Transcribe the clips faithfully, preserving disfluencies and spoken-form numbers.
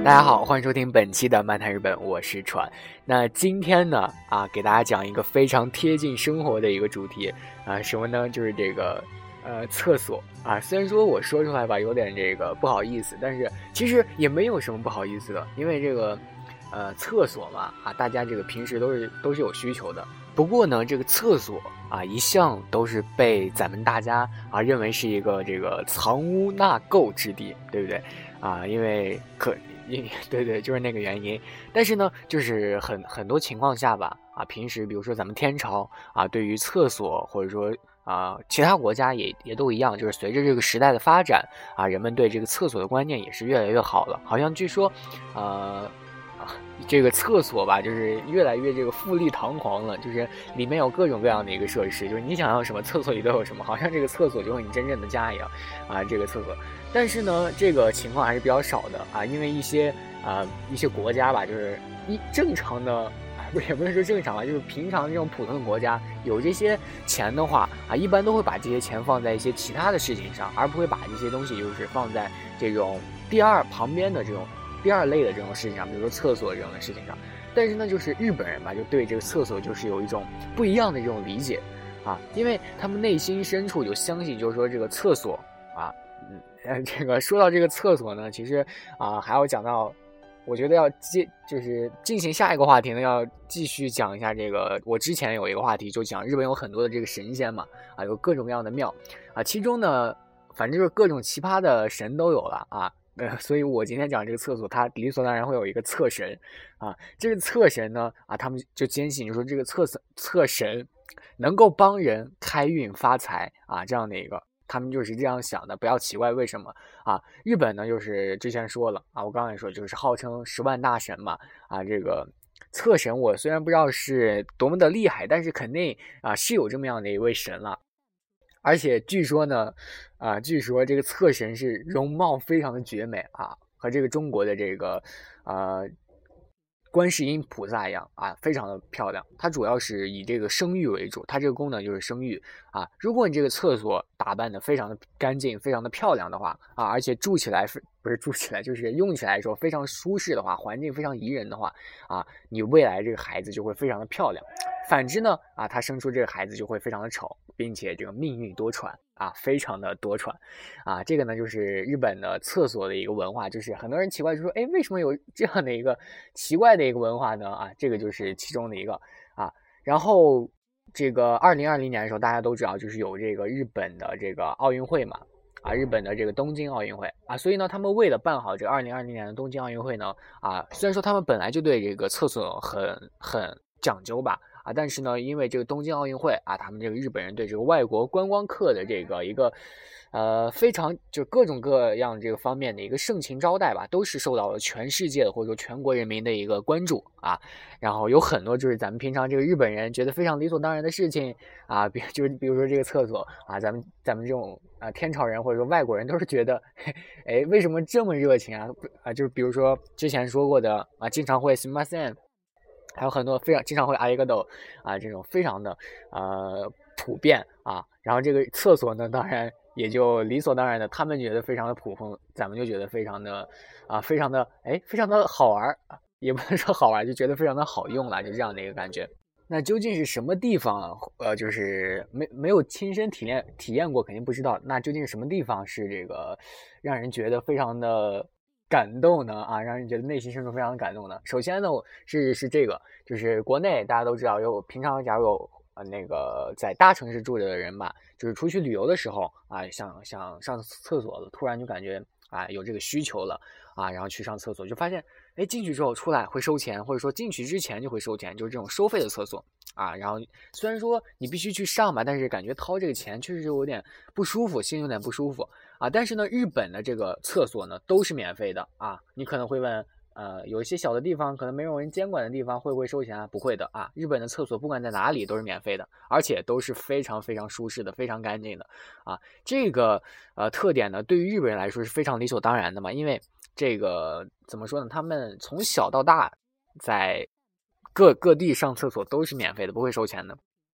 大家好，欢迎收听本期的漫谈日本，我是川。那今天呢，啊，给大家讲一个非常贴近生活的一个主题啊，什么呢？就是这个呃厕所啊。虽然说我说出来吧，有点这个不好意思，但是其实也没有什么不好意思的，因为这个呃厕所嘛啊，大家这个平时都是都是有需求的。不过呢，这个厕所啊，一向都是被咱们大家啊认为是一个这个藏污纳垢之地，对不对？啊，因为可。因对对，就是那个原因。但是呢，就是很很多情况下吧，啊，平时比如说咱们天朝啊，对于厕所或者说啊，其他国家也也都一样，就是随着这个时代的发展啊，人们对这个厕所的观念也是越来越好了。好像据说，呃。这个厕所吧，就是越来越这个富丽堂皇了，就是里面有各种各样的一个设施，就是你想要什么，厕所里都有什么，好像这个厕所就是你真正的家一样啊。这个厕所，但是呢，这个情况还是比较少的啊，因为一些啊一些国家吧，就是一正常的，不也不能说正常吧，就是平常这种普通的国家，有这些钱的话啊，一般都会把这些钱放在一些其他的事情上，而不会把这些东西就是放在这种第二旁边的这种。第二类的这种事情上，比如说厕所这种的事情上，但是呢，就是日本人吧，就对这个厕所就是有一种不一样的这种理解啊，因为他们内心深处就相信，就是说这个厕所啊，嗯，这个说到这个厕所呢，其实啊还要讲到，我觉得要接就是进行下一个话题呢，要继续讲一下这个，我之前有一个话题就讲日本有很多的这个神仙嘛，啊，有各种各样的庙啊，其中呢，反正就是各种奇葩的神都有了啊。呃，所以我今天讲这个厕所，它理所当然会有一个厕神，啊，这个厕神呢，啊，他们就坚信，就说这个厕厕神能够帮人开运发财啊，这样的一个，他们就是这样想的，不要奇怪为什么啊。日本呢，就是之前说了啊，我刚才说就是号称十万大神嘛，啊，这个厕神我虽然不知道是多么的厉害，但是肯定啊是有这么样的一位神了。而且据说呢，啊，据说这个厕神是容貌非常的绝美啊，和这个中国的这个呃观世音菩萨一样啊，非常的漂亮。它主要是以这个生育为主，它这个功能就是生育啊。如果你这个厕所打扮的非常的干净、非常的漂亮的话啊，而且住起来不是住起来，就是用起来的时候非常舒适的话，环境非常宜人的话啊，你未来这个孩子就会非常的漂亮。反之呢，啊，他生出这个孩子就会非常的丑，并且这个命运多舛啊，非常的多舛啊。这个呢，就是日本的厕所的一个文化，就是很多人奇怪就说，哎，为什么有这样的一个奇怪的一个文化呢？啊，这个就是其中的一个啊。然后这个二零二零年的时候，大家都知道，就是有这个日本的这个奥运会嘛。啊，日本的这个东京奥运会啊，所以呢，他们为了办好这个二零二零年的东京奥运会呢，啊，虽然说他们本来就对这个厕所很很讲究吧。啊，但是呢，因为这个东京奥运会啊，他们这个日本人对这个外国观光客的这个一个，呃，非常就各种各样这个方面的一个盛情招待吧，都是受到了全世界的或者说全国人民的一个关注啊。然后有很多就是咱们平常这个日本人觉得非常理所当然的事情啊，比就是比如说这个厕所啊，咱们咱们这种啊天朝人或者说外国人都是觉得，哎，为什么这么热情啊？啊，就是比如说之前说过的啊，经常会すみません。还有很多非常经常会阿一个豆啊，这种非常的呃普遍啊，然后这个厕所呢，当然也就理所当然的，他们觉得非常的普通，咱们就觉得非常的啊，非常的哎，非常的好玩啊，也不能说好玩，就觉得非常的好用了，就这样的一个感觉。那究竟是什么地方？呃，就是没没有亲身体验体验过，肯定不知道。那究竟是什么地方是这个让人觉得非常的感动呢？啊，让人觉得内心深处非常感动呢？首先呢，是是这个，就是国内大家都知道，有平常假如有呃那个在大城市住着的人吧，就是出去旅游的时候啊，想想上厕所了，突然就感觉啊有这个需求了啊，然后去上厕所，就发现哎进去之后出来会收钱，或者说进去之前就会收钱，就是这种收费的厕所啊。然后虽然说你必须去上吧，但是感觉掏这个钱确实有点不舒服，心有点不舒服啊。但是呢，日本的这个厕所呢都是免费的啊。你可能会问，呃，有一些小的地方可能没有人监管的地方会不会收钱啊？不会的啊，日本的厕所不管在哪里都是免费的，而且都是非常非常舒适的，非常干净的啊。这个呃特点呢，对于日本人来说是非常理所当然的嘛，因为这个怎么说呢？他们从小到大在各各地上厕所都是免费的，不会收钱的。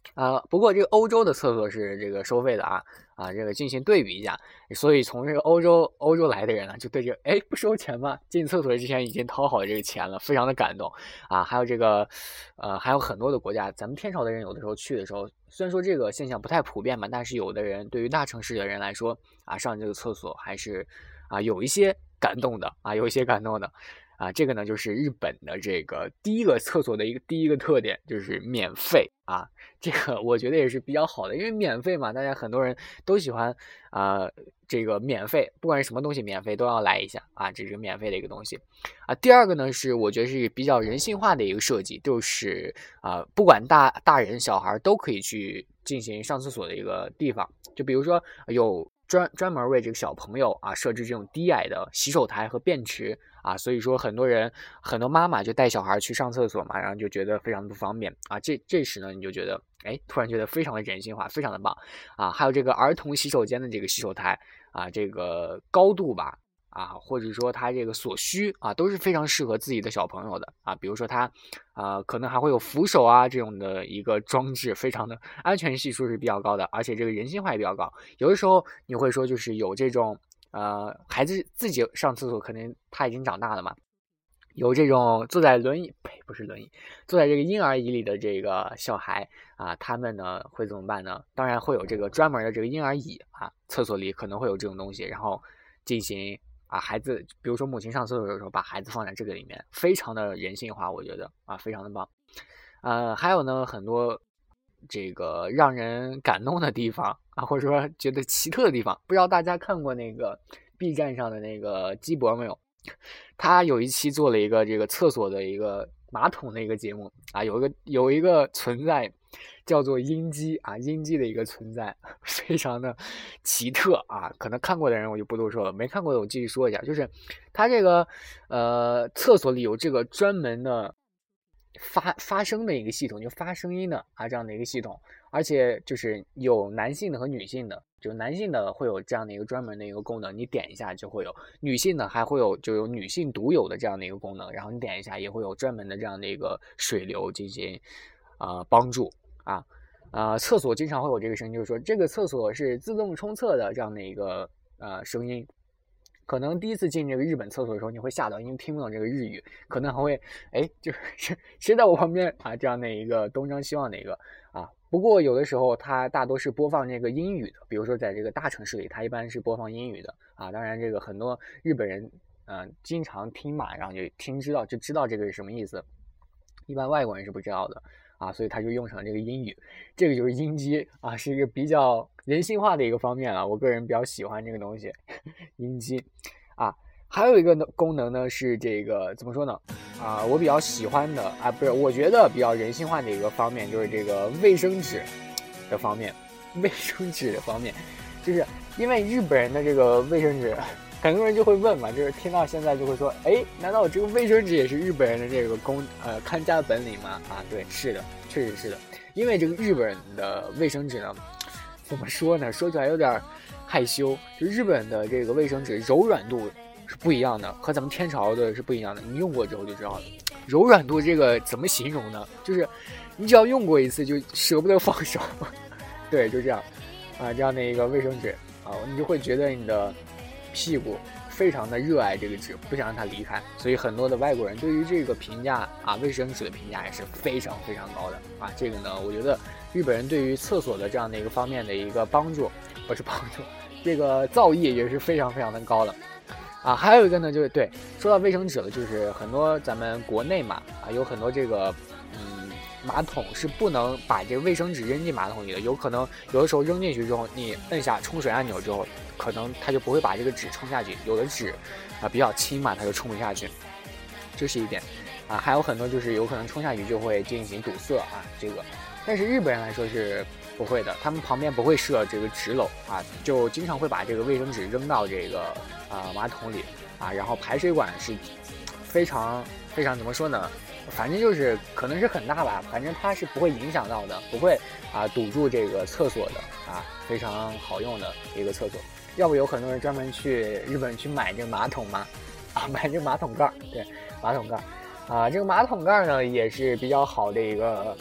啊，不过这个欧洲的厕所是这个收费的啊啊，这个进行对比一下，所以从这个欧洲欧洲来的人呢，就对这个哎不收钱吗？进厕所之前已经掏好这个钱了，非常的感动啊。还有这个呃还有很多的国家，咱们天朝的人有的时候去的时候，虽然说这个现象不太普遍嘛，但是有的人对于大城市的人来说啊，上这个厕所还是啊有一些感动的啊，有一些感动的。啊，这个呢就是日本的这个第一个厕所的一个第一个特点，就是免费啊。这个我觉得也是比较好的，因为免费嘛，大家很多人都喜欢啊、呃，这个免费，不管是什么东西免费都要来一下啊，这是免费的一个东西啊。第二个呢是我觉得是比较人性化的一个设计，就是啊、呃，不管大大人小孩都可以去进行上厕所的一个地方，就比如说有专专门为这个小朋友啊设置这种低矮的洗手台和便池。啊，所以说很多人很多妈妈就带小孩去上厕所嘛，然后就觉得非常的不方便啊。这这时呢，你就觉得哎，突然觉得非常的人性化，非常的棒啊。还有这个儿童洗手间的这个洗手台啊，这个高度吧啊，或者说它这个所需啊，都是非常适合自己的小朋友的啊。比如说它啊，可能还会有扶手啊这种的一个装置，非常的安全系数是比较高的，而且这个人性化也比较高。有的时候你会说就是有这种。呃，孩子自己上厕所，可能他已经长大了嘛，有这种坐在轮椅，呸，不是轮椅，坐在这个婴儿椅里的这个小孩啊，他们呢会怎么办呢？当然会有这个专门的这个婴儿椅啊，厕所里可能会有这种东西，然后进行啊，孩子，比如说母亲上厕所的时候，把孩子放在这个里面，非常的人性化，我觉得啊，非常的棒。呃，还有呢，很多这个让人感动的地方啊，或者说觉得奇特的地方，不知道大家看过那个 B 站上的那个鸡博没有？他有一期做了一个这个厕所的一个马桶的一个节目啊，有一个有一个存在叫做阴鸡啊，阴鸡的一个存在非常的奇特啊，可能看过的人我就不多说了，没看过的我继续说一下，就是他这个呃厕所里有这个专门的。发发声的一个系统，就发声音的啊这样的一个系统，而且就是有男性的和女性的，就男性的会有这样的一个专门的一个功能，你点一下就会有；女性的还会有就有女性独有的这样的一个功能，然后你点一下也会有专门的这样的一个水流进行啊、呃、帮助啊啊、呃、厕所经常会有这个声音，就是说这个厕所是自动冲厕的这样的一个呃声音。可能第一次进这个日本厕所的时候，你会吓到，因为听不懂这个日语，可能还会，哎，就是谁在我旁边啊？这样的一个东张西望的一个啊。不过有的时候它大多是播放这个英语的，比如说在这个大城市里，它一般是播放英语的啊。当然，这个很多日本人嗯、呃、经常听嘛，然后就听知道就知道这个是什么意思，一般外国人是不知道的。啊，所以他就用成了这个英语，这个就是音机啊，是一个比较人性化的一个方面了。我个人比较喜欢这个东西，音机啊，还有一个功能呢是这个怎么说呢？啊，我比较喜欢的啊，不是，我觉得比较人性化的一个方面就是这个卫生纸的方面，卫生纸的方面，就是因为日本人的这个卫生纸。很多人就会问嘛，就是听到现在就会说，哎，难道这个卫生纸也是日本人的这个工呃看家本领吗？啊，对，是的，确实是的。因为这个日本的卫生纸呢，怎么说呢？说起来有点害羞。就日本的这个卫生纸柔软度是不一样的，和咱们天朝的是不一样的。你用过之后就知道了。柔软度这个怎么形容呢？就是你只要用过一次就舍不得放手。对，就这样啊，这样的一个卫生纸啊，你就会觉得你的。屁股非常的热爱这个纸，不想让它离开，所以很多的外国人对于这个评价啊，卫生纸的评价也是非常非常高的啊。这个呢，我觉得日本人对于厕所的这样的一个方面的一个帮助，不是帮助，这个造诣也是非常非常的高的啊。还有一个呢，就是对，说到卫生纸了，就是很多咱们国内嘛啊，有很多这个嗯马桶是不能把这个卫生纸扔进马桶里的，有可能有的时候扔进去之后，你摁下冲水按钮之后。可能它就不会把这个纸冲下去，有的纸啊比较轻嘛，它就冲不下去，这是一点啊。还有很多就是有可能冲下去就会进行堵塞啊，这个。但是日本人来说是不会的，他们旁边不会设这个纸篓啊，就经常会把这个卫生纸扔到这个啊马桶里啊，然后排水管是非常非常怎么说呢？反正就是可能是很大吧，反正它是不会影响到的，不会啊堵住这个厕所的啊，非常好用的一个厕所。要不有很多人专门去日本去买这个马桶吗？啊，买这个马桶盖，对，马桶盖，啊，这个马桶盖呢也是比较好的一个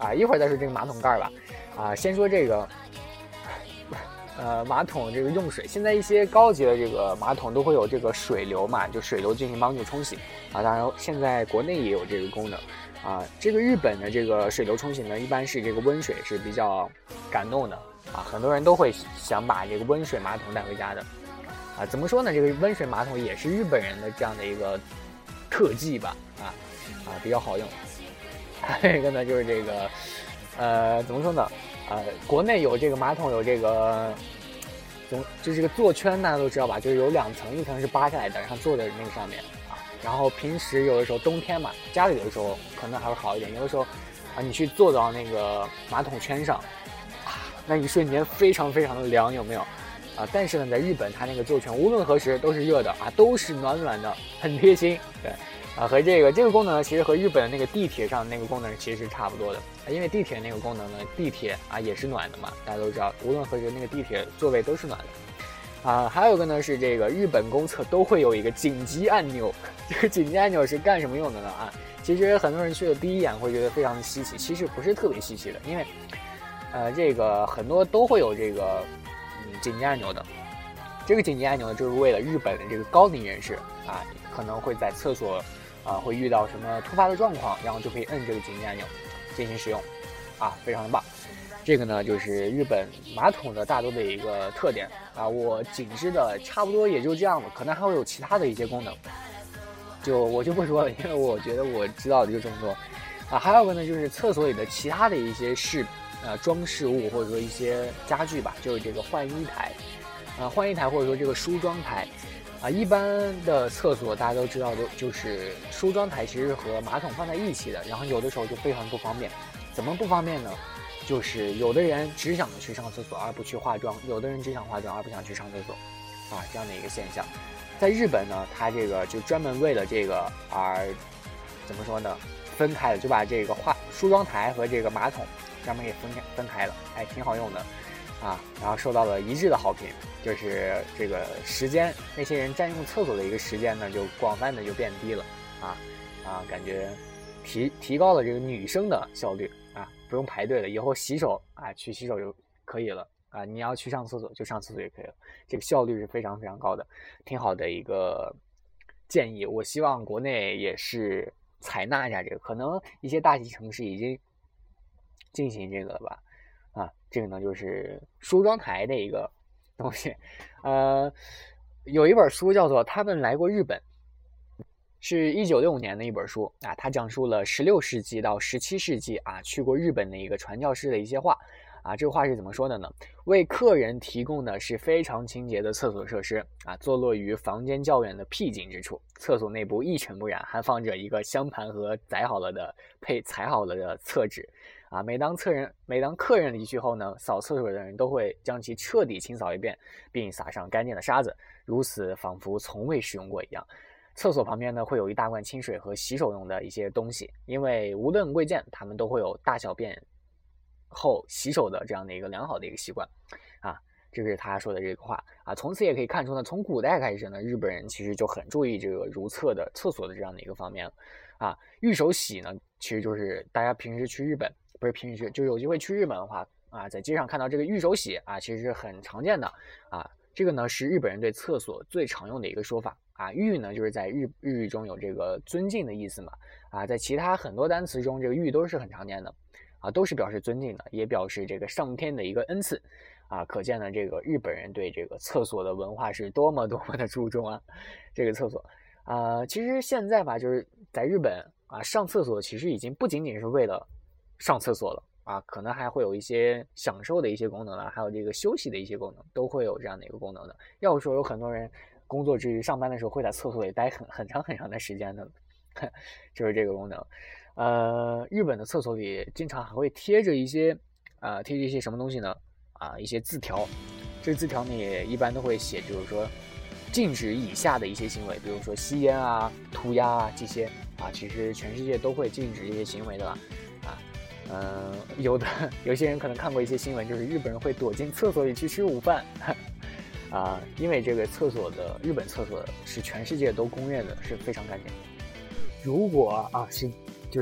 啊，一会儿再说这个马桶盖吧。啊，先说这个，呃，马桶这个用水，现在一些高级的这个马桶都会有这个水流嘛，就水流进行帮助冲洗啊。当然，现在国内也有这个功能啊。这个日本的这个水流冲洗呢，一般是这个温水是比较感动的啊，很多人都会想把这个温水马桶带回家的啊。怎么说呢？这个温水马桶也是日本人的这样的一个特技吧，啊啊，比较好用。还有一个呢，就是这个，呃，怎么说呢？呃，国内有这个马桶有这个，总就这个坐圈，大家都知道吧？就是有两层，一层是扒下来的，然后坐在那个上面啊。然后平时有的时候冬天嘛，家里有的时候可能还会好一点，有的时候啊，你去坐到那个马桶圈上，啊，那一瞬间非常非常的凉，有没有？啊，但是呢，在日本它那个坐圈无论何时都是热的啊，都是暖暖的，很贴心，对。啊，和这个这个功能呢，其实和日本的那个地铁上那个功能其实是差不多的，因为地铁那个功能呢，地铁啊也是暖的嘛，大家都知道，无论何时那个地铁座位都是暖的。啊，还有一个呢是这个日本公厕都会有一个紧急按钮，这个紧急按钮是干什么用的呢？啊，其实很多人去的第一眼会觉得非常的稀奇，其实不是特别稀奇的，因为呃这个很多都会有这个嗯紧急按钮的。这个紧急按钮呢，就是为了日本的这个高龄人士啊，可能会在厕所。啊，会遇到什么突发的状况，然后就可以摁这个紧急按钮进行使用，啊，非常的棒。这个呢就是日本马桶的大多的一个特点啊。我仅知的差不多也就这样了，可能还会有其他的一些功能，就我就不说了，因为我觉得我知道的就这么多啊。还有个呢就是厕所里的其他的一些饰呃装饰物或者说一些家具吧，就是这个换衣台啊，换衣台或者说这个梳妆台。啊，一般的厕所大家都知道，就就是梳妆台其实是和马桶放在一起的，然后有的时候就非常不方便。怎么不方便呢？就是有的人只想去上厕所而不去化妆，有的人只想化妆而不想去上厕所，啊，这样的一个现象。在日本呢，它这个就专门为了这个而怎么说呢？分开了，就把这个化梳妆台和这个马桶专门给分开分开了，哎，挺好用的。啊，然后受到了一致的好评，就是这个时间，那些人占用厕所的一个时间呢，就广泛的就变低了，啊啊，感觉提提高了这个女生的效率啊，不用排队了，以后洗手啊，去洗手就可以了啊，你要去上厕所就上厕所也可以了，这个效率是非常非常高的，挺好的一个建议，我希望国内也是采纳一下这个，可能一些大级城市已经进行这个了吧。啊，这个呢就是梳妆台的一个东西，呃，有一本书叫做《他们来过日本》，是一九六五年的一本书啊，它讲述了十六世纪到十七世纪啊去过日本的一个传教士的一些话啊，这个话是怎么说的呢？为客人提供的是非常清洁的厕所设施啊，坐落于房间较远的僻静之处，厕所内部一尘不染，还放着一个香盘和载好了的配裁好了的厕纸。啊，每当客人每当客人离去后呢，扫厕所的人都会将其彻底清扫一遍，并撒上干净的沙子，如此仿佛从未使用过一样。厕所旁边呢会有一大罐清水和洗手用的一些东西，因为无论贵贱，他们都会有大小便后洗手的这样的一个良好的一个习惯。啊，这是他说的这个话啊。从此也可以看出呢，从古代开始呢，日本人其实就很注意这个如厕的厕所的这样的一个方面了。啊，浴手洗呢，其实就是大家平时去日本。不是平时就有机会去日本的话啊，在街上看到这个浴手洗啊，其实是很常见的啊。这个呢是日本人对厕所最常用的一个说法啊。浴呢就是在日日语中有这个尊敬的意思嘛啊，在其他很多单词中，这个浴都是很常见的啊，都是表示尊敬的，也表示这个上天的一个恩赐啊。可见呢，这个日本人对这个厕所的文化是多么多么的注重啊。这个厕所啊，其实现在吧，就是在日本啊，上厕所其实已经不仅仅是为了上厕所了啊，可能还会有一些享受的一些功能了，还有这个休息的一些功能，都会有这样的一个功能的。要说有很多人工作之余上班的时候会在厕所里待很很长很长的时间的，就是这个功能。呃，日本的厕所里经常还会贴着一些啊、呃，贴着一些什么东西呢？啊，一些字条。这个字条呢也一般都会写，就是说禁止以下的一些行为，比如说吸烟啊、涂鸦啊这些啊，其实全世界都会禁止这些行为的啦。嗯，有的有些人可能看过一些新闻，就是日本人会躲进厕所里去吃午饭，啊，因为这个厕所的日本厕所是全世界都公认的是非常干净。如果啊是就是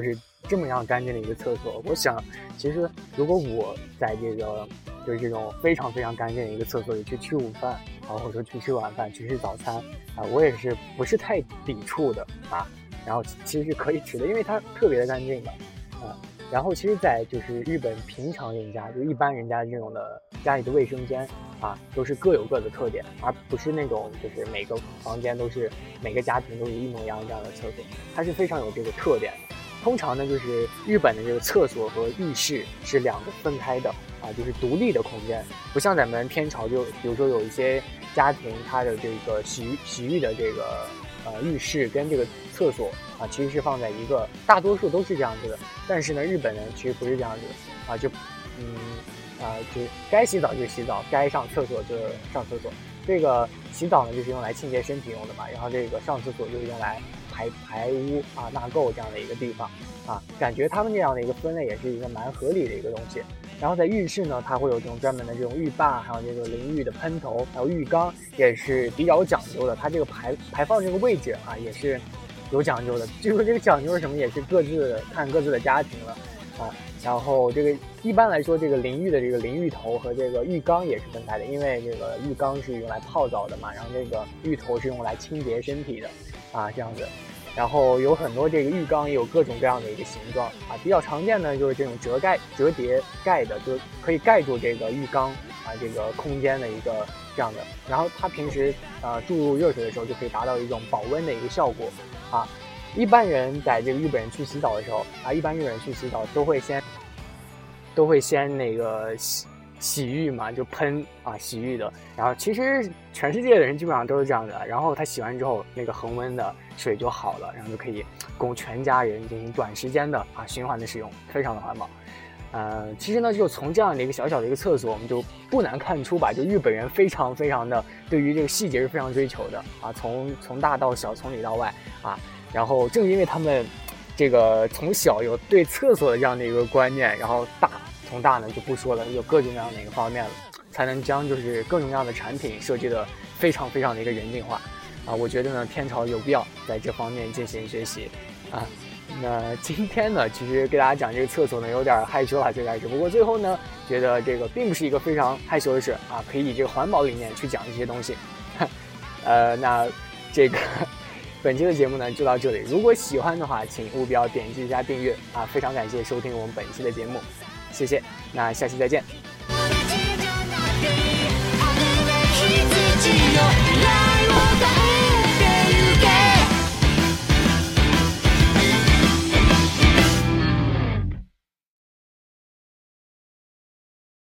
这么样干净的一个厕所，我想其实如果我在这个就是这种非常非常干净的一个厕所里去吃午饭啊，或者说去吃晚饭、去吃早餐啊，我也是不是太抵触的啊。然后其实是可以吃的，因为它特别的干净嘛啊。然后其实在就是日本平常人家就一般人家这种的家里的卫生间啊，都是各有各的特点，而不是那种就是每个房间都是每个家庭都是一模一样这样的厕所，它是非常有这个特点的。通常呢，就是日本的这个厕所和浴室是两个分开的啊，就是独立的空间，不像咱们天朝就比如说有一些家庭，它的这个洗浴洗浴的这个呃浴室跟这个厕所啊，其实是放在一个，大多数都是这样子的。但是呢，日本人其实不是这样子啊，就嗯啊，就该洗澡就洗澡，该上厕所就上厕所。这个洗澡呢，就是用来清洁身体用的嘛，然后这个上厕所就是用来排排污啊、纳垢这样的一个地方啊，感觉他们这样的一个分类也是一个蛮合理的一个东西。然后在浴室呢，它会有这种专门的这种浴霸，还有这个淋浴的喷头，还有浴缸，也是比较讲究的。它这个排排放这个位置啊，也是有讲究的。至于说这个讲究是什么，也是各自看各自的家庭了啊。然后这个一般来说，这个淋浴的这个淋浴头和这个浴缸也是分开的，因为这个浴缸是用来泡澡的嘛，然后这个浴头是用来清洁身体的啊，这样子。然后有很多这个浴缸也有各种各样的一个形状啊，比较常见的就是这种折盖、折叠盖的，就可以盖住这个浴缸啊这个空间的一个这样的。然后它平时呃注入热水的时候，就可以达到一种保温的一个效果啊。一般人在这个日本人去洗澡的时候啊，一般日本人去洗澡都会先都会先那个洗洗浴嘛，就喷啊洗浴的。然后其实全世界的人基本上都是这样的。然后他洗完之后，那个恒温的水就好了，然后就可以供全家人进行短时间的啊循环的使用，非常的环保。呃，其实呢，就从这样的一个小小的一个厕所，我们就不难看出吧，就日本人非常非常的对于这个细节是非常追求的啊，从从大到小，从里到外啊。然后正因为他们这个从小有对厕所的这样的一个观念，然后大从大呢就不说了，有各种各样的一个方面了，才能将就是各种各样的产品设计的非常非常的一个人性化啊。我觉得呢，天朝有必要在这方面进行学习啊。那今天呢，其实给大家讲这个厕所呢，有点害羞啊，最开始。不过最后呢，觉得这个并不是一个非常害羞的事啊，可以以这个环保理念去讲这些东西。呃，那这个。本期的节目呢就到这里，如果喜欢的话，请务必要点击一下订阅啊！非常感谢收听我们本期的节目，谢谢，那下期再见。